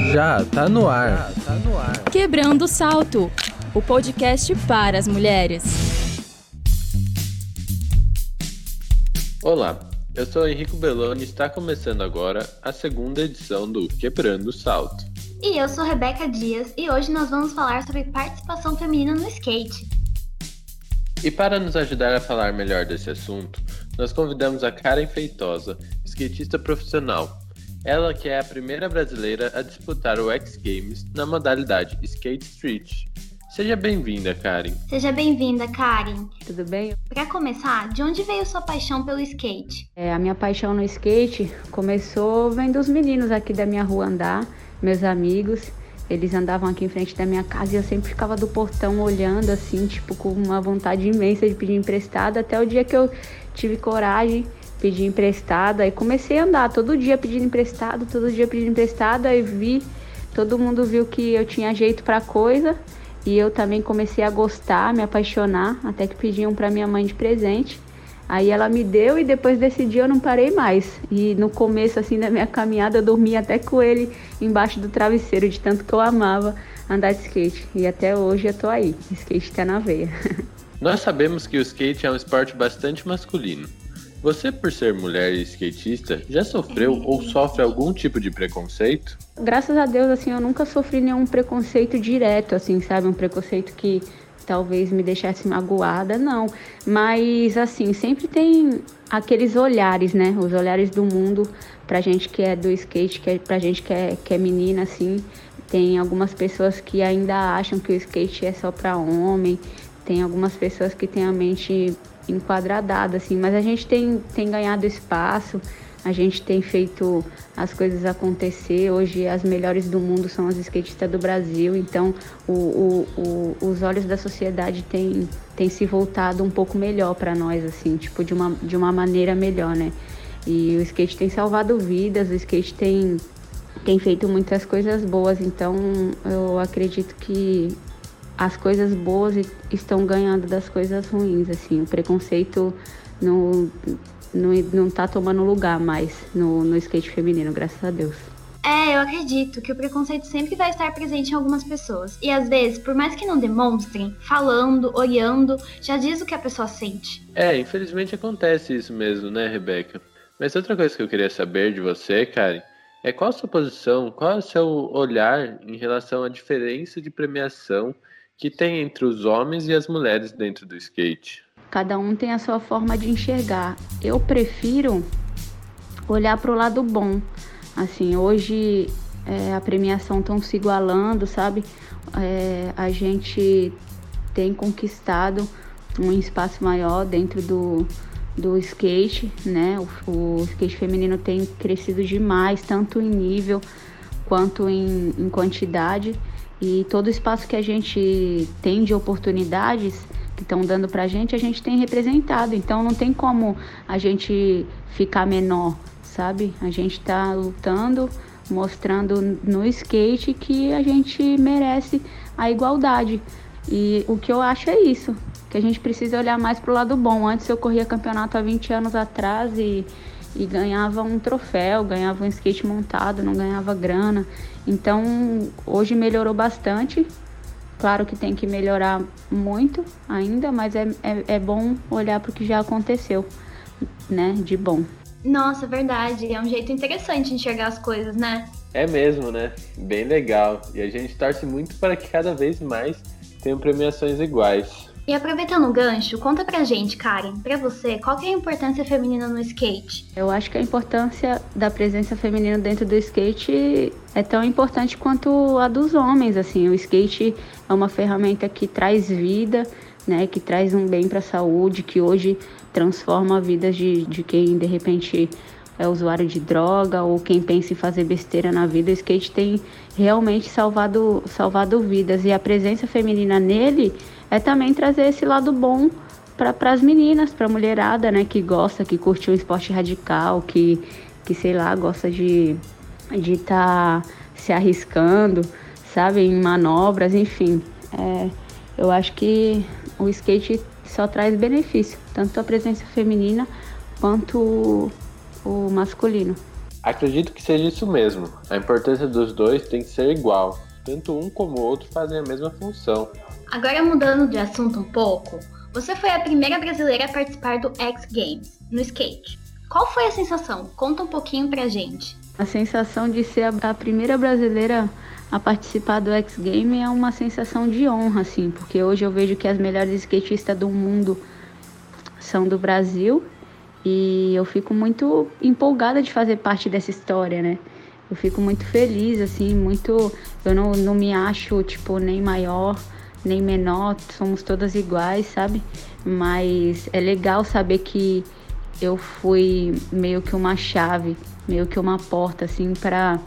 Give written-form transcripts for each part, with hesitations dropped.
Já tá no ar. Quebrando o Salto, o podcast para as mulheres. Olá, eu sou Henrico Belloni e está começando agora a segunda edição do Quebrando o Salto. E eu sou Rebeca Dias e hoje nós vamos falar sobre participação feminina no skate. E para nos ajudar a falar melhor desse assunto, nós convidamos a Karen Feitosa, skatista profissional. Ela que é a primeira brasileira a disputar o X Games na modalidade Skate Street. Seja bem-vinda, Karen. Seja bem-vinda, Karen. Tudo bem? Para começar, de onde veio sua paixão pelo skate? A minha paixão no skate começou vendo os meninos aqui da minha rua andar, meus amigos. Eles andavam aqui em frente da minha casa e eu sempre ficava do portão olhando assim, tipo, com uma vontade imensa de pedir emprestado, até o dia que eu tive coragem, pedi emprestado, aí comecei a andar todo dia pedindo emprestado, aí todo mundo viu que eu tinha jeito pra coisa e eu também comecei a gostar, me apaixonar, até que pediam pra minha mãe de presente. Aí ela me deu e depois desse dia eu não parei mais. E no começo assim da minha caminhada eu dormia até com ele embaixo do travesseiro, de tanto que eu amava andar de skate. E até hoje eu tô aí, skate tá na veia. Nós sabemos que o skate é um esporte bastante masculino. Você, por ser mulher e skatista, já sofreu ou sofre algum tipo de preconceito? Graças a Deus, assim, eu nunca sofri nenhum preconceito direto, assim, sabe? Um preconceito que talvez me deixasse magoada, não. Mas, assim, sempre tem aqueles olhares, né? Os olhares do mundo pra gente que é do skate, pra gente que é menina, assim. Tem algumas pessoas que ainda acham que o skate é só pra homem. Tem algumas pessoas que têm a mente enquadradada, assim. Mas a gente tem ganhado espaço. A gente tem feito as coisas acontecer. Hoje as melhores do mundo são as skatistas do Brasil. Então os olhos da sociedade têm se voltado um pouco melhor para nós, assim, tipo, de uma maneira melhor, né? E o skate tem salvado vidas, o skate tem feito muitas coisas boas. Então eu acredito que as coisas boas estão ganhando das coisas ruins, assim. O preconceito não tá tomando lugar mais no skate feminino, graças a Deus. Eu acredito que o preconceito sempre vai estar presente em algumas pessoas. E às vezes, por mais que não demonstrem, falando, olhando, já diz o que a pessoa sente. Infelizmente acontece isso mesmo, né, Rebeca? Mas outra coisa que eu queria saber de você, Karen, é qual a sua posição, qual é o seu olhar em relação à diferença de premiação que tem entre os homens e as mulheres dentro do skate? Cada um tem a sua forma de enxergar. Eu prefiro olhar para o lado bom. Assim, hoje a premiação estão se igualando, sabe? A gente tem conquistado um espaço maior dentro do skate, né? O skate feminino tem crescido demais, tanto em nível quanto em quantidade. E todo o espaço que a gente tem de oportunidades que estão dando pra gente, a gente tem representado. Então não tem como a gente ficar menor, sabe? A gente tá lutando, mostrando no skate que a gente merece a igualdade. E o que eu acho é isso, que a gente precisa olhar mais pro lado bom. Antes eu corria campeonato há 20 anos atrás e ganhava um troféu, ganhava um skate montado, não ganhava grana. Então hoje melhorou bastante. Claro que tem que melhorar muito ainda, mas é bom olhar para o que já aconteceu, né, de bom. Nossa, verdade. É um jeito interessante de enxergar as coisas, né? É mesmo, né? Bem legal. E a gente torce muito para que cada vez mais tenham premiações iguais. E aproveitando o gancho, conta pra gente, Karen, pra você, qual que é a importância feminina no skate? Eu acho que a importância da presença feminina dentro do skate é tão importante quanto a dos homens, assim. O skate é uma ferramenta que traz vida, né, que traz um bem para a saúde, que hoje transforma a vida de quem, de repente, é usuário de droga ou quem pensa em fazer besteira na vida. O skate tem realmente salvado vidas, e a presença feminina nele é também trazer esse lado bom para as meninas, para a mulherada, né, que gosta, que curte um esporte radical, que sei lá, gosta de estar se arriscando, sabe, em manobras, enfim. Eu acho que o skate só traz benefício, tanto a presença feminina quanto o masculino. Acredito que seja isso mesmo. A importância dos dois tem que ser igual. Tanto um como o outro fazem a mesma função. Agora mudando de assunto um pouco, você foi a primeira brasileira a participar do X Games, no skate. Qual foi a sensação? Conta um pouquinho pra gente. A sensação de ser a primeira brasileira a participar do X Games é uma sensação de honra, assim, porque hoje eu vejo que as melhores skatistas do mundo são do Brasil e eu fico muito empolgada de fazer parte dessa história, né? Eu fico muito feliz, assim, eu não me acho, tipo, nem maior, nem menor, somos todas iguais, sabe? Mas é legal saber que eu fui meio que uma chave, meio que uma porta, assim, para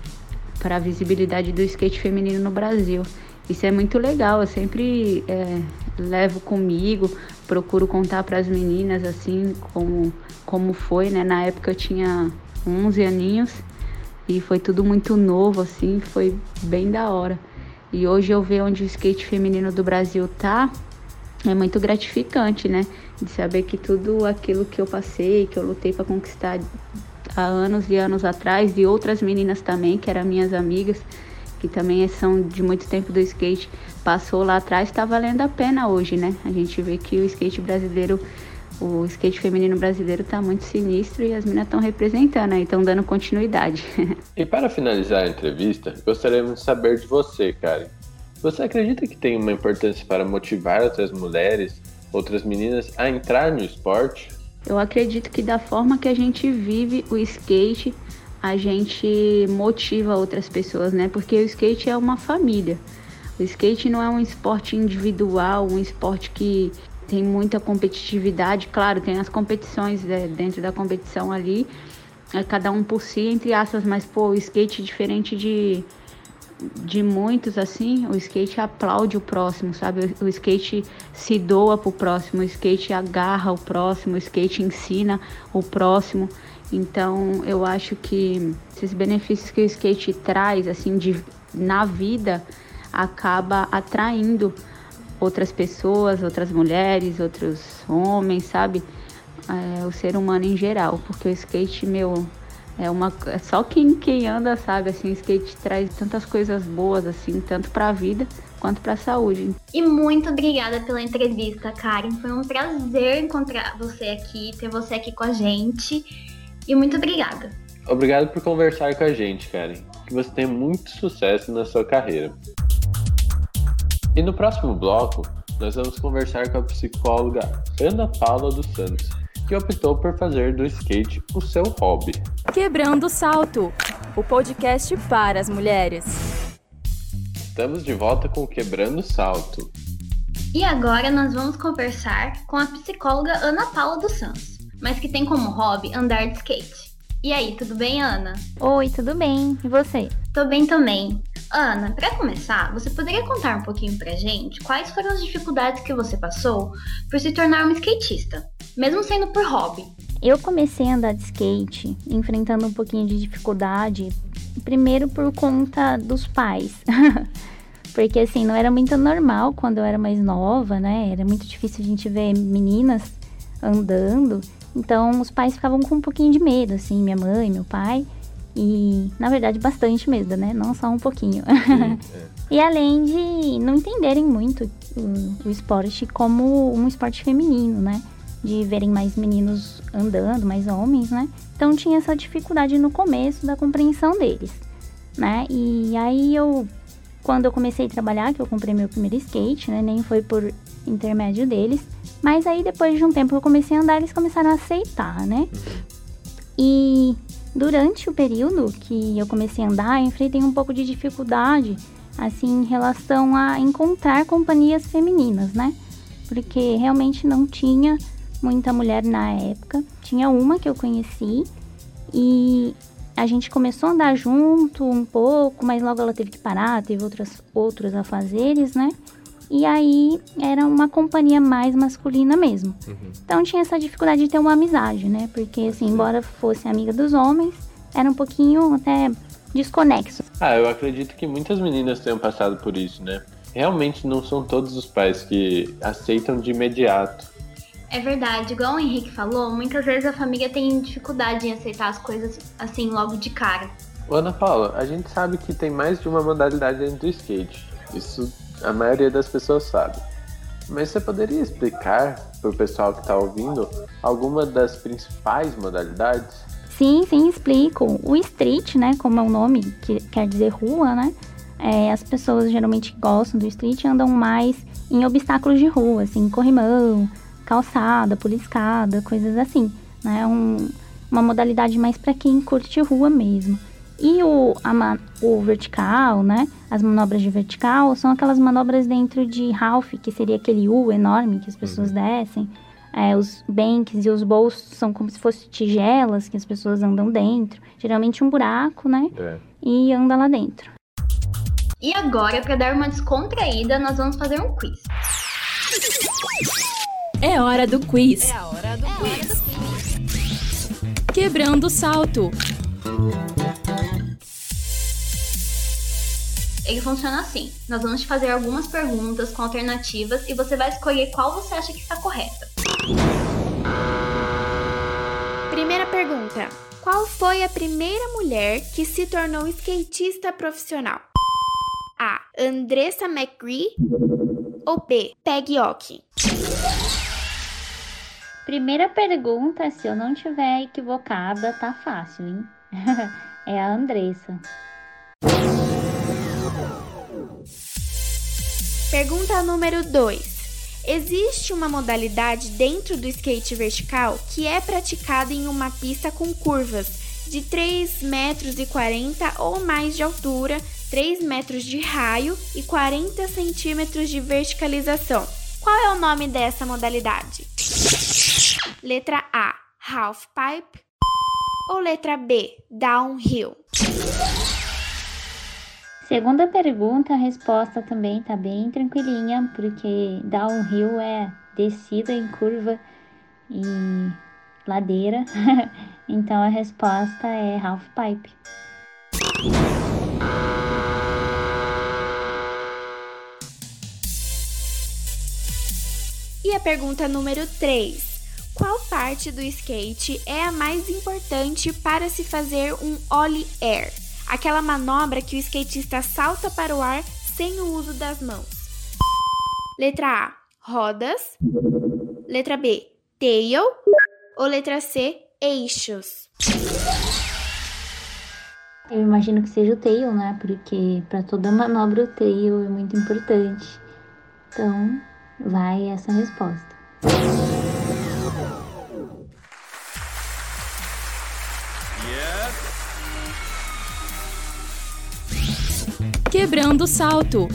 a visibilidade do skate feminino no Brasil. Isso é muito legal, eu sempre levo comigo, procuro contar para as meninas, assim, como foi, né? Na época eu tinha 11 aninhos e foi tudo muito novo, assim, foi bem da hora. E hoje eu ver onde o skate feminino do Brasil tá, é muito gratificante, né? De saber que tudo aquilo que eu passei, que eu lutei para conquistar há anos e anos atrás, e outras meninas também, que eram minhas amigas, que também são de muito tempo do skate, passou lá atrás, tá valendo a pena hoje, né? A gente vê que o skate brasileiro, o skate feminino brasileiro tá muito sinistro e as meninas estão representando aí, estão dando continuidade. E para finalizar a entrevista, gostaríamos de saber de você, Karen. Você acredita que tem uma importância para motivar outras mulheres, outras meninas a entrar no esporte? Eu acredito que da forma que a gente vive o skate, a gente motiva outras pessoas, né? Porque o skate é uma família. O skate não é um esporte individual, um esporte que tem muita competitividade. Claro, tem as competições dentro da competição ali, cada um por si, entre aspas, mas pô, o skate, diferente de muitos, assim, o skate aplaude o próximo, sabe? O skate se doa pro próximo, o skate agarra o próximo, o skate ensina o próximo. Então, eu acho que esses benefícios que o skate traz, assim, na vida, acaba atraindo outras pessoas, outras mulheres, outros homens, sabe? O ser humano em geral, porque o skate, é só quem anda sabe, assim, o skate traz tantas coisas boas, assim, tanto para a vida quanto para a saúde. E muito obrigada pela entrevista, Karen. Foi um prazer encontrar você aqui, ter você aqui com a gente. E muito obrigada. Obrigado por conversar com a gente, Karen. Que você tenha muito sucesso na sua carreira. E no próximo bloco, nós vamos conversar com a psicóloga Ana Paula dos Santos, que optou por fazer do skate o seu hobby. Quebrando o Salto, o podcast para as mulheres. Estamos de volta com o Quebrando o Salto. E agora nós vamos conversar com a psicóloga Ana Paula dos Santos, mas que tem como hobby andar de skate. E aí, tudo bem, Ana? Oi, tudo bem? E você? Tô bem também. Ana, pra começar, você poderia contar um pouquinho pra gente quais foram as dificuldades que você passou por se tornar uma skatista, mesmo sendo por hobby? Eu comecei a andar de skate enfrentando um pouquinho de dificuldade, primeiro por conta dos pais. Porque assim, não era muito normal quando eu era mais nova, né? Era muito difícil a gente ver meninas andando. Então, os pais ficavam com um pouquinho de medo, assim, minha mãe, meu pai. E, na verdade, bastante medo, né? Não só um pouquinho. E além de não entenderem muito o esporte como um esporte feminino, né? De verem mais meninos andando, mais homens, né? Então, tinha essa dificuldade no começo da compreensão deles, né? E aí, quando eu comecei a trabalhar, que eu comprei meu primeiro skate, né? Nem foi por intermédio deles. Mas aí, depois de um tempo que eu comecei a andar, eles começaram a aceitar, né? E durante o período que eu comecei a andar, eu enfrentei um pouco de dificuldade, assim, em relação a encontrar companhias femininas, né? Porque realmente não tinha muita mulher na época. Tinha uma que eu conheci e a gente começou a andar junto um pouco, mas logo ela teve que parar, teve outros afazeres, né? E aí era uma companhia mais masculina mesmo. Então tinha essa dificuldade de ter uma amizade, né? Porque assim, embora fosse amiga dos homens, era um pouquinho até desconexo. Eu acredito que muitas meninas tenham passado por isso, né? Realmente não são todos os pais que aceitam de imediato É verdade, igual o Henrique falou, muitas vezes a família tem dificuldade em aceitar as coisas assim logo de cara. Ô, Ana Paula, a gente sabe que tem mais de uma modalidade dentro do skate. Isso a maioria das pessoas sabe. Mas você poderia explicar para o pessoal que está ouvindo alguma das principais modalidades? Sim, explico. O street, né, como é o nome, que quer dizer rua, né? As pessoas geralmente que gostam do street andam mais em obstáculos de rua, assim, corrimão, calçada, puliscada, coisas assim, né? Uma modalidade mais para quem curte rua mesmo. E o vertical, né? As manobras de vertical são aquelas manobras dentro de half, que seria aquele U enorme que as pessoas descem. Os banks e os bolsos são como se fossem tigelas que as pessoas andam dentro. Geralmente um buraco, né? E anda lá dentro. E agora, para dar uma descontraída, nós vamos fazer um quiz. É hora do quiz. Quebrando o salto. Ele funciona assim. Nós vamos te fazer algumas perguntas com alternativas e você vai escolher qual você acha que está correta. Primeira pergunta. Qual foi a primeira mulher que se tornou skatista profissional? A. Andressa McGree ou B. Peggy Oki? Primeira pergunta, se eu não estiver equivocada, tá fácil, hein? É a Andressa. Pergunta número 2. Existe uma modalidade dentro do skate vertical que é praticada em uma pista com curvas de 3,40 metros ou mais de altura, 3 metros de raio e 40 centímetros de verticalização. Qual é o nome dessa modalidade? Letra A, Half Pipe ou letra B, Downhill? Segunda pergunta, a resposta também tá bem tranquilinha, porque downhill é descida em curva e ladeira, então a resposta é half pipe. E a pergunta número 3. Qual parte do skate é a mais importante para se fazer um ollie air? Aquela manobra que o skatista salta para o ar sem o uso das mãos. Letra A, rodas. Letra B, tail. Ou letra C, eixos? Eu imagino que seja o tail, né? Porque para toda manobra o tail é muito importante. Então, vai essa resposta. Quebrando o salto.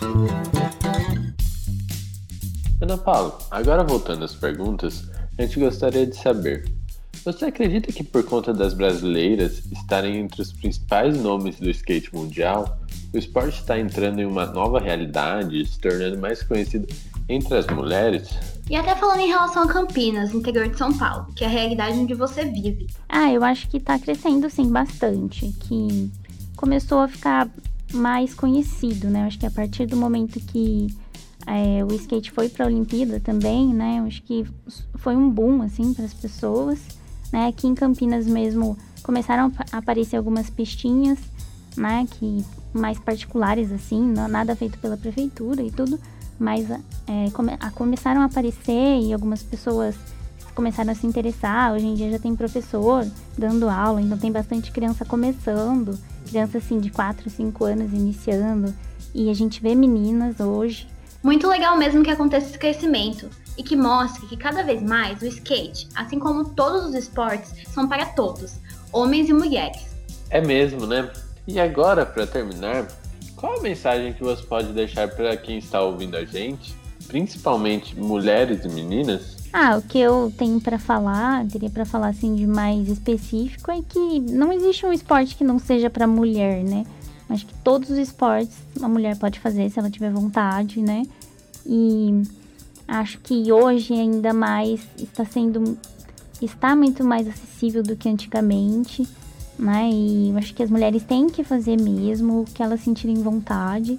Ana Paula, agora voltando às perguntas, a gente gostaria de saber: você acredita que por conta das brasileiras estarem entre os principais nomes do skate mundial, o esporte está entrando em uma nova realidade, se tornando mais conhecido entre as mulheres? E até falando em relação a Campinas, interior de São Paulo, que é a realidade onde você vive. Eu acho que tá crescendo, sim, bastante. Que começou a ficar mais conhecido, né? Eu acho que a partir do momento que o skate foi para a Olimpíada também, né? Eu acho que foi um boom, assim, para as pessoas, né? Aqui em Campinas mesmo começaram a aparecer algumas pistinhas, né? Que mais particulares, assim, nada feito pela prefeitura e tudo, mas começaram a aparecer e algumas pessoas começaram a se interessar. Hoje em dia já tem professor dando aula, então tem bastante criança começando, criança assim de 4, 5 anos iniciando, e a gente vê meninas hoje. Muito legal mesmo que aconteça esse crescimento e que mostre que cada vez mais o skate, assim como todos os esportes, são para todos, homens e mulheres. É mesmo, né? E agora, para terminar, qual a mensagem que você pode deixar para quem está ouvindo a gente, principalmente mulheres e meninas? O que eu tenho para falar, teria para falar assim de mais específico, é que não existe um esporte que não seja para mulher, né? Acho que todos os esportes uma mulher pode fazer se ela tiver vontade, né? E acho que hoje ainda mais está muito mais acessível do que antigamente, né? E acho que as mulheres têm que fazer mesmo o que elas sentirem vontade.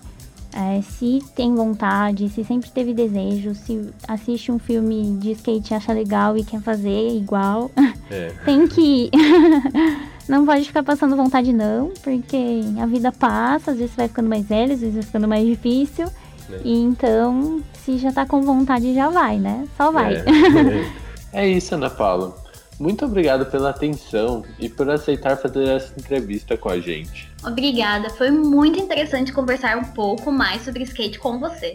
Se tem vontade, se sempre teve desejo, se assiste um filme de skate e acha legal e quer fazer igual, tem que ir. Não pode ficar passando vontade não, porque a vida passa, às vezes vai ficando mais velho, às vezes vai ficando mais difícil. E então, se já tá com vontade, já vai, né? Só vai. É isso, Ana Paula. Muito obrigado pela atenção e por aceitar fazer essa entrevista com a gente. Obrigada, foi muito interessante conversar um pouco mais sobre skate com você.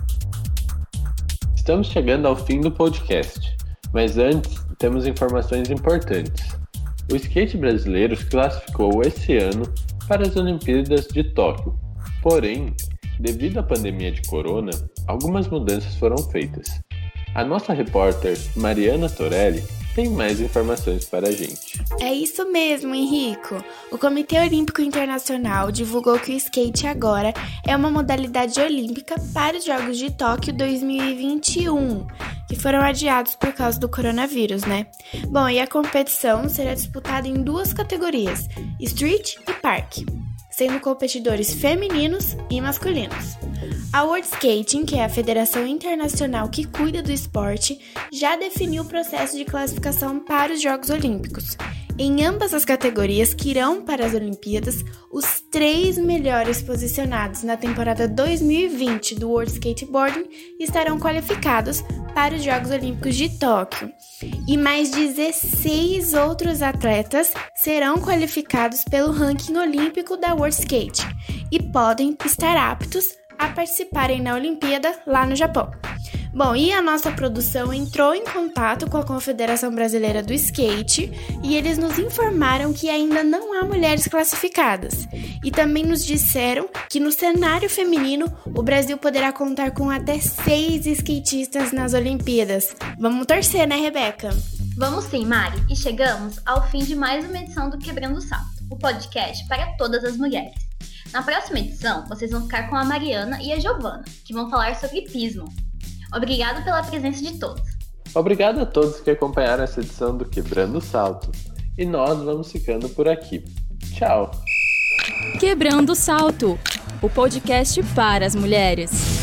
Estamos chegando ao fim do podcast, mas antes temos informações importantes. O skate brasileiro se classificou esse ano para as Olimpíadas de Tóquio. Porém, devido à pandemia de corona, algumas mudanças foram feitas. A nossa repórter Mariana Torelli tem mais informações para a gente. É isso mesmo, Henrico. O Comitê Olímpico Internacional divulgou que o skate agora é uma modalidade olímpica para os Jogos de Tóquio 2021, que foram adiados por causa do coronavírus, né? Bom, e a competição será disputada em 2 categorias, Street e Park, sendo competidores femininos e masculinos. A World Skating, que é a federação internacional que cuida do esporte, já definiu o processo de classificação para os Jogos Olímpicos. Em ambas as categorias que irão para as Olimpíadas, os 3 melhores posicionados na temporada 2020 do World Skateboarding estarão qualificados para os Jogos Olímpicos de Tóquio. E mais 16 outros atletas serão qualificados pelo ranking olímpico da World Skate e podem estar aptos a participarem na Olimpíada lá no Japão. Bom, e a nossa produção entrou em contato com a Confederação Brasileira do Skate e eles nos informaram que ainda não há mulheres classificadas. E também nos disseram que no cenário feminino o Brasil poderá contar com até 6 skatistas nas Olimpíadas. Vamos torcer, né, Rebeca? Vamos sim, Mari. E chegamos ao fim de mais uma edição do Quebrando o Salto, o podcast para todas as mulheres. Na próxima edição, vocês vão ficar com a Mariana e a Giovana, que vão falar sobre hipismo. Obrigado pela presença de todos. Obrigado a todos que acompanharam essa edição do Quebrando o Salto. E nós vamos ficando por aqui. Tchau! Quebrando o Salto, o podcast para as mulheres.